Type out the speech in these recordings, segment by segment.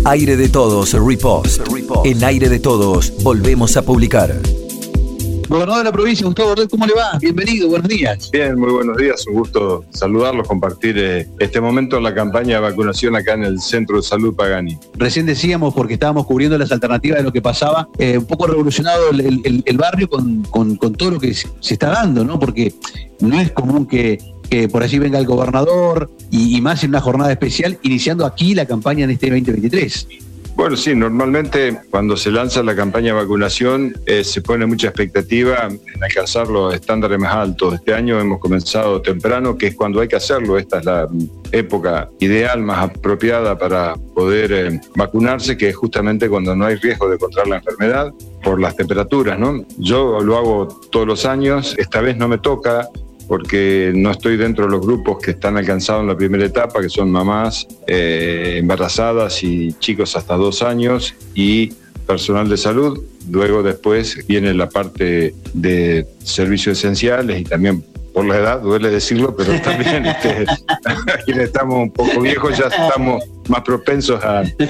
Aire de Todos Repost. En Aire de Todos volvemos a publicar. Gobernador de la provincia, Gustavo Bordet, ¿cómo le va? Bienvenido, buenos días. Bien, muy buenos días, un gusto saludarlos, compartir este momento en la campaña de vacunación acá en el Centro de Salud Pagani. Recién decíamos, porque estábamos cubriendo las alternativas de lo que pasaba, un poco revolucionado el barrio con todo lo que se está dando, ¿no? Porque no es común que por allí venga el gobernador y más en una jornada especial, iniciando aquí la campaña en este 2023. Bueno, sí, normalmente cuando se lanza la campaña de vacunación se pone mucha expectativa en alcanzar los estándares más altos. Este año hemos comenzado temprano, que es cuando hay que hacerlo. Esta es la época ideal, más apropiada para poder vacunarse, que es justamente cuando no hay riesgo de contraer la enfermedad por las temperaturas, ¿no? Yo lo hago todos los años, esta vez no me toca, porque no estoy dentro de los grupos que están alcanzados en la primera etapa, que son mamás embarazadas y chicos hasta 2 años y personal de salud. Luego después viene la parte de servicios esenciales y también por la edad, duele decirlo, pero también quienes estamos un poco viejos ya estamos más propensos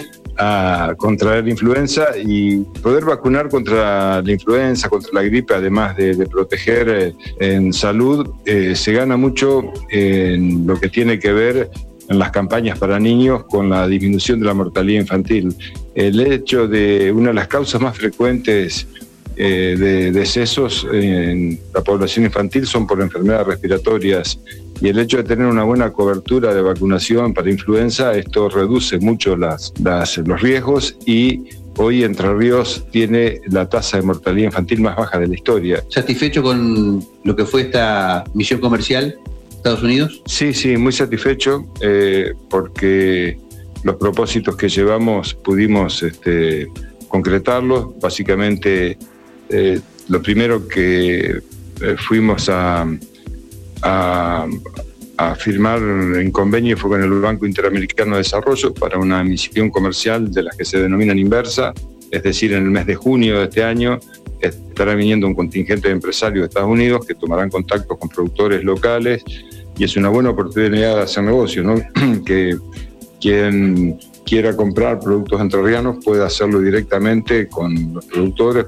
a contraer la influenza, y poder vacunar contra la influenza, contra la gripe, además de proteger en salud, se gana mucho en lo que tiene que ver en las campañas para niños con la disminución de la mortalidad infantil. El hecho de una de las causas más frecuentes de decesos en la población infantil son por enfermedades respiratorias, y el hecho de tener una buena cobertura de vacunación para influenza, esto reduce mucho los riesgos, y hoy Entre Ríos tiene la tasa de mortalidad infantil más baja de la historia. ¿Satisfecho con lo que fue esta misión comercial de Estados Unidos? Sí, muy satisfecho, porque los propósitos que llevamos pudimos concretarlos. Básicamente, lo primero que fuimos a firmar en convenio fue con el Banco Interamericano de Desarrollo para una misión comercial de las que se denominan inversa, es decir, en el mes de junio de este año estará viniendo un contingente de empresarios de Estados Unidos que tomarán contacto con productores locales, y es una buena oportunidad de hacer negocio, ¿no? Que quien quiera comprar productos entrerrianos pueda hacerlo directamente con los productores,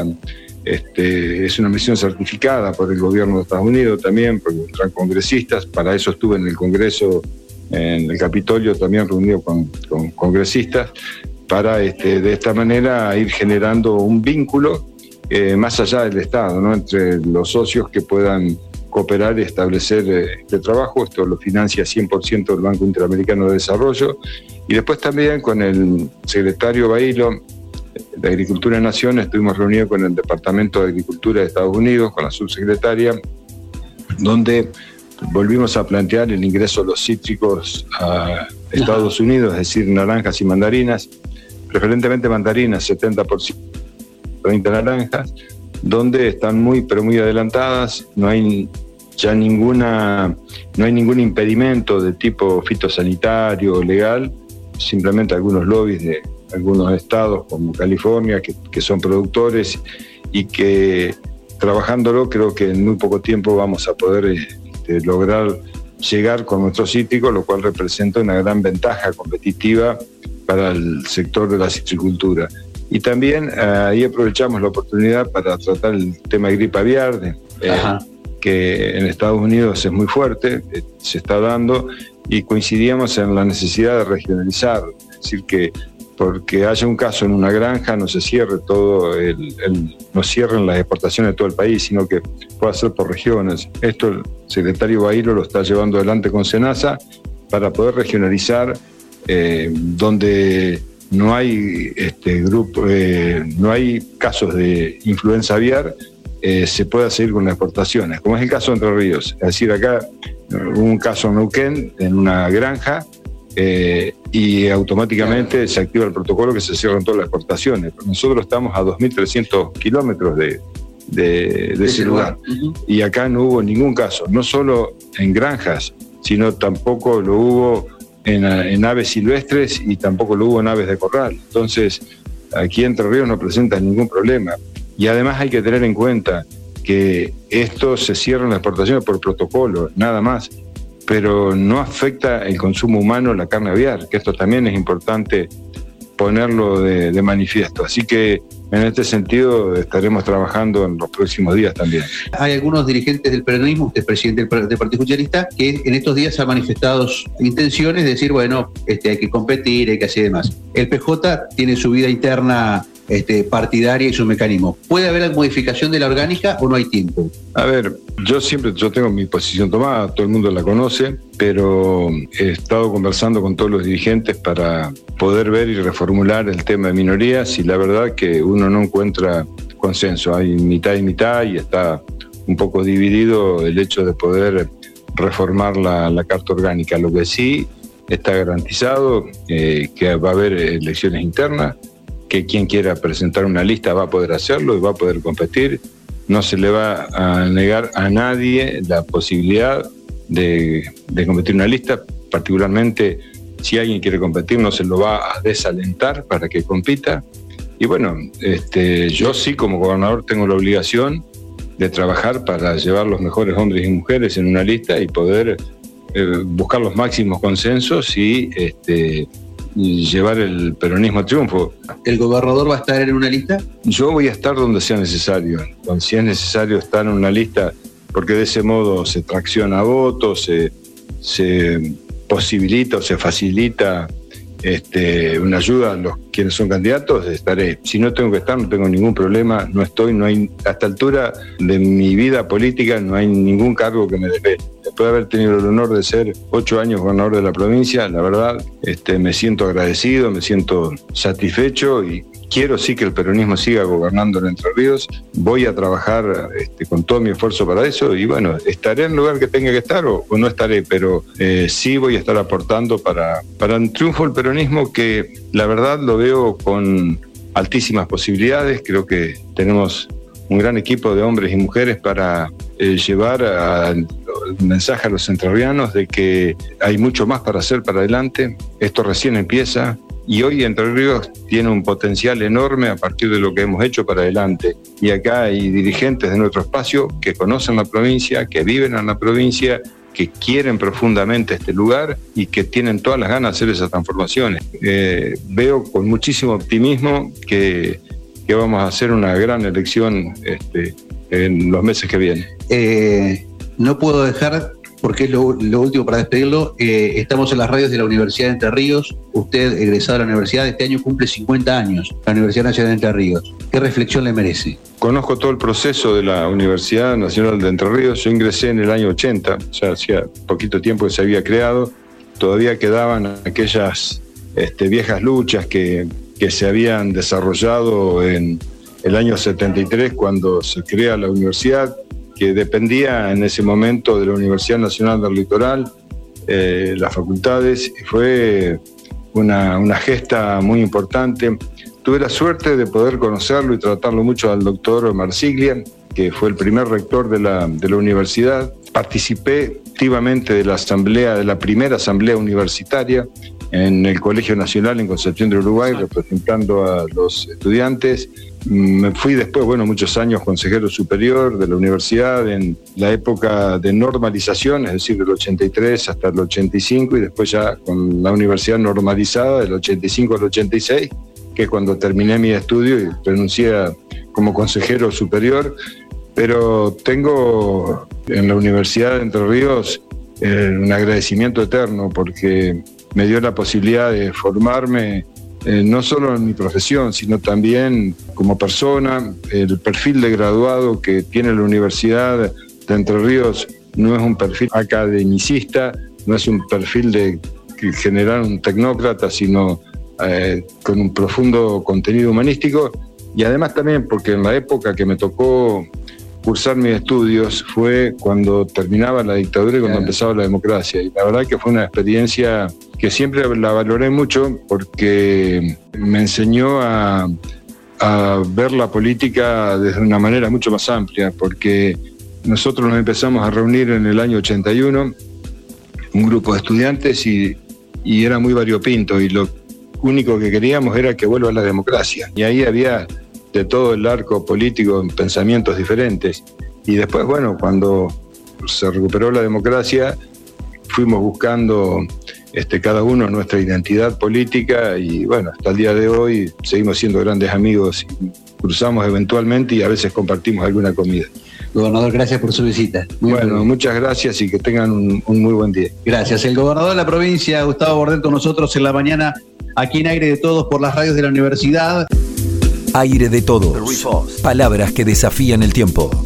es una misión certificada por el gobierno de Estados Unidos también, porque entran congresistas. Para eso estuve en el Congreso, en el Capitolio, también reunido con congresistas, para de esta manera ir generando un vínculo más allá del Estado, ¿no? Entre los socios que puedan cooperar y establecer este trabajo. Esto lo financia 100% el Banco Interamericano de Desarrollo, y después también con el secretario Bailo de Agricultura de Nación estuvimos reunidos con el Departamento de Agricultura de Estados Unidos, con la subsecretaria, donde volvimos a plantear el ingreso de los cítricos a Estados Unidos, es decir, naranjas y mandarinas, preferentemente mandarinas, 70%, 30 naranjas, donde están muy adelantadas. No hay ningún impedimento de tipo fitosanitario o legal, simplemente algunos lobbies de algunos estados como California que son productores, y que trabajándolo creo que en muy poco tiempo vamos a poder lograr llegar con nuestros cítricos, lo cual representa una gran ventaja competitiva para el sector de la citricultura. Y también ahí aprovechamos la oportunidad para tratar el tema de gripe aviar, que en Estados Unidos es muy fuerte, se está dando, y coincidíamos en la necesidad de regionalizar, es decir, que porque haya un caso en una granja no se cierre no cierren las exportaciones de todo el país, sino que pueda ser por regiones. Esto el secretario Bailo lo está llevando adelante con SENASA para poder regionalizar donde no hay no hay casos de influenza aviar, se pueda seguir con las exportaciones, como es el caso de Entre Ríos. Es decir, acá hubo un caso en Neuquén, en una granja, y automáticamente se activa el protocolo que se cierran todas las exportaciones. Nosotros estamos a 2.300 kilómetros de ese lugar. Y acá no hubo ningún caso, no solo en granjas, sino tampoco lo hubo en aves silvestres, y tampoco lo hubo en aves de corral. Entonces, aquí Entre Ríos no presenta ningún problema. Y además hay que tener en cuenta que esto se cierra en las exportaciones por protocolo, nada más, pero no afecta el consumo humano, la carne aviar, que esto también es importante ponerlo de manifiesto. Así que en este sentido estaremos trabajando en los próximos días también. Hay algunos dirigentes del peronismo, usted es presidente del Partido Socialista, que en estos días han manifestado intenciones de decir, bueno, hay que competir, hay que hacer demás. El PJ tiene su vida interna partidaria y su mecanismo. ¿Puede haber modificación de la orgánica o no hay tiempo? A ver, yo tengo mi posición tomada, todo el mundo la conoce, pero he estado conversando con todos los dirigentes para poder ver y reformular el tema de minorías, y la verdad que uno no encuentra consenso. Hay mitad y mitad y está un poco dividido el hecho de poder reformar la Carta Orgánica. Lo que sí está garantizado que va a haber elecciones internas, que quien quiera presentar una lista va a poder hacerlo y va a poder competir. No se le va a negar a nadie la posibilidad de competir una lista, particularmente si alguien quiere competir no se lo va a desalentar para que compita. Y bueno, yo sí como gobernador tengo la obligación de trabajar para llevar los mejores hombres y mujeres en una lista y poder buscar los máximos consensos y llevar el peronismo a triunfo. ¿El gobernador va a estar en una lista? Yo voy a estar donde sea necesario. Si es necesario estar en una lista, porque de ese modo se tracciona votos, se posibilita o se facilita una ayuda a los quienes son candidatos, estaré. Si no tengo que estar, no tengo ningún problema, no estoy, no hay, a esta altura de mi vida política no hay ningún cargo que me desvele. Después de haber tenido el honor de ser 8 años gobernador de la provincia, la verdad, me siento agradecido, me siento satisfecho y quiero sí que el peronismo siga gobernando en Entre Ríos. Voy a trabajar con todo mi esfuerzo para eso y bueno, estaré en el lugar que tenga que estar o no estaré, pero sí voy a estar aportando para un triunfo del peronismo que la verdad lo veo con altísimas posibilidades. Creo que tenemos un gran equipo de hombres y mujeres para llevar el mensaje a los entrerrianos de que hay mucho más para hacer para adelante. Esto recién empieza. Y hoy Entre Ríos tiene un potencial enorme a partir de lo que hemos hecho para adelante. Y acá hay dirigentes de nuestro espacio que conocen la provincia, que viven en la provincia, que quieren profundamente este lugar y que tienen todas las ganas de hacer esas transformaciones. Veo con muchísimo optimismo que vamos a hacer una gran elección en los meses que vienen. No puedo dejar, porque es lo último para despedirlo, estamos en las radios de la Universidad de Entre Ríos. Usted, egresado de la universidad, este año cumple 50 años, la Universidad Nacional de Entre Ríos. ¿Qué reflexión le merece? Conozco todo el proceso de la Universidad Nacional de Entre Ríos. Yo ingresé en el año 80, o sea, hacía poquito tiempo que se había creado. Todavía quedaban aquellas viejas luchas que se habían desarrollado en el año 73 cuando se crea la universidad, que dependía en ese momento de la Universidad Nacional del Litoral, las facultades, y fue una gesta muy importante. Tuve la suerte de poder conocerlo y tratarlo mucho al doctor Marsiglia, que fue el primer rector de la universidad. Participé activamente de la primera asamblea universitaria en el Colegio Nacional en Concepción del Uruguay, representando a los estudiantes. Me fui después, muchos años consejero superior de la universidad en la época de normalización, es decir, del 83 hasta el 85, y después ya con la universidad normalizada del 85 al 86, que es cuando terminé mi estudio y renuncié como consejero superior. Pero tengo en la Universidad de Entre Ríos un agradecimiento eterno porque me dio la posibilidad de formarme no solo en mi profesión, sino también como persona. El perfil de graduado que tiene la Universidad de Entre Ríos no es un perfil academicista, no es un perfil de generar un tecnócrata, sino con un profundo contenido humanístico. Y además también porque en la época que me tocó cursar mis estudios fue cuando terminaba la dictadura y cuando empezaba la democracia. Y la verdad que fue una experiencia que siempre la valoré mucho porque me enseñó a ver la política desde una manera mucho más amplia, porque nosotros nos empezamos a reunir en el año 81, un grupo de estudiantes, y era muy variopinto, y lo único que queríamos era que vuelva la democracia. Y ahí había de todo el arco político en pensamientos diferentes. Y después, cuando se recuperó la democracia, fuimos buscando cada uno nuestra identidad política y bueno, hasta el día de hoy seguimos siendo grandes amigos, cruzamos eventualmente y a veces compartimos alguna comida. Gobernador, gracias por su visita. Muchas gracias y que tengan un muy buen día. Gracias. El gobernador de la provincia, Gustavo Bordel, con nosotros en la mañana, aquí en Aire de Todos por las radios de la universidad. Aire de Todos. Palabras que desafían el tiempo.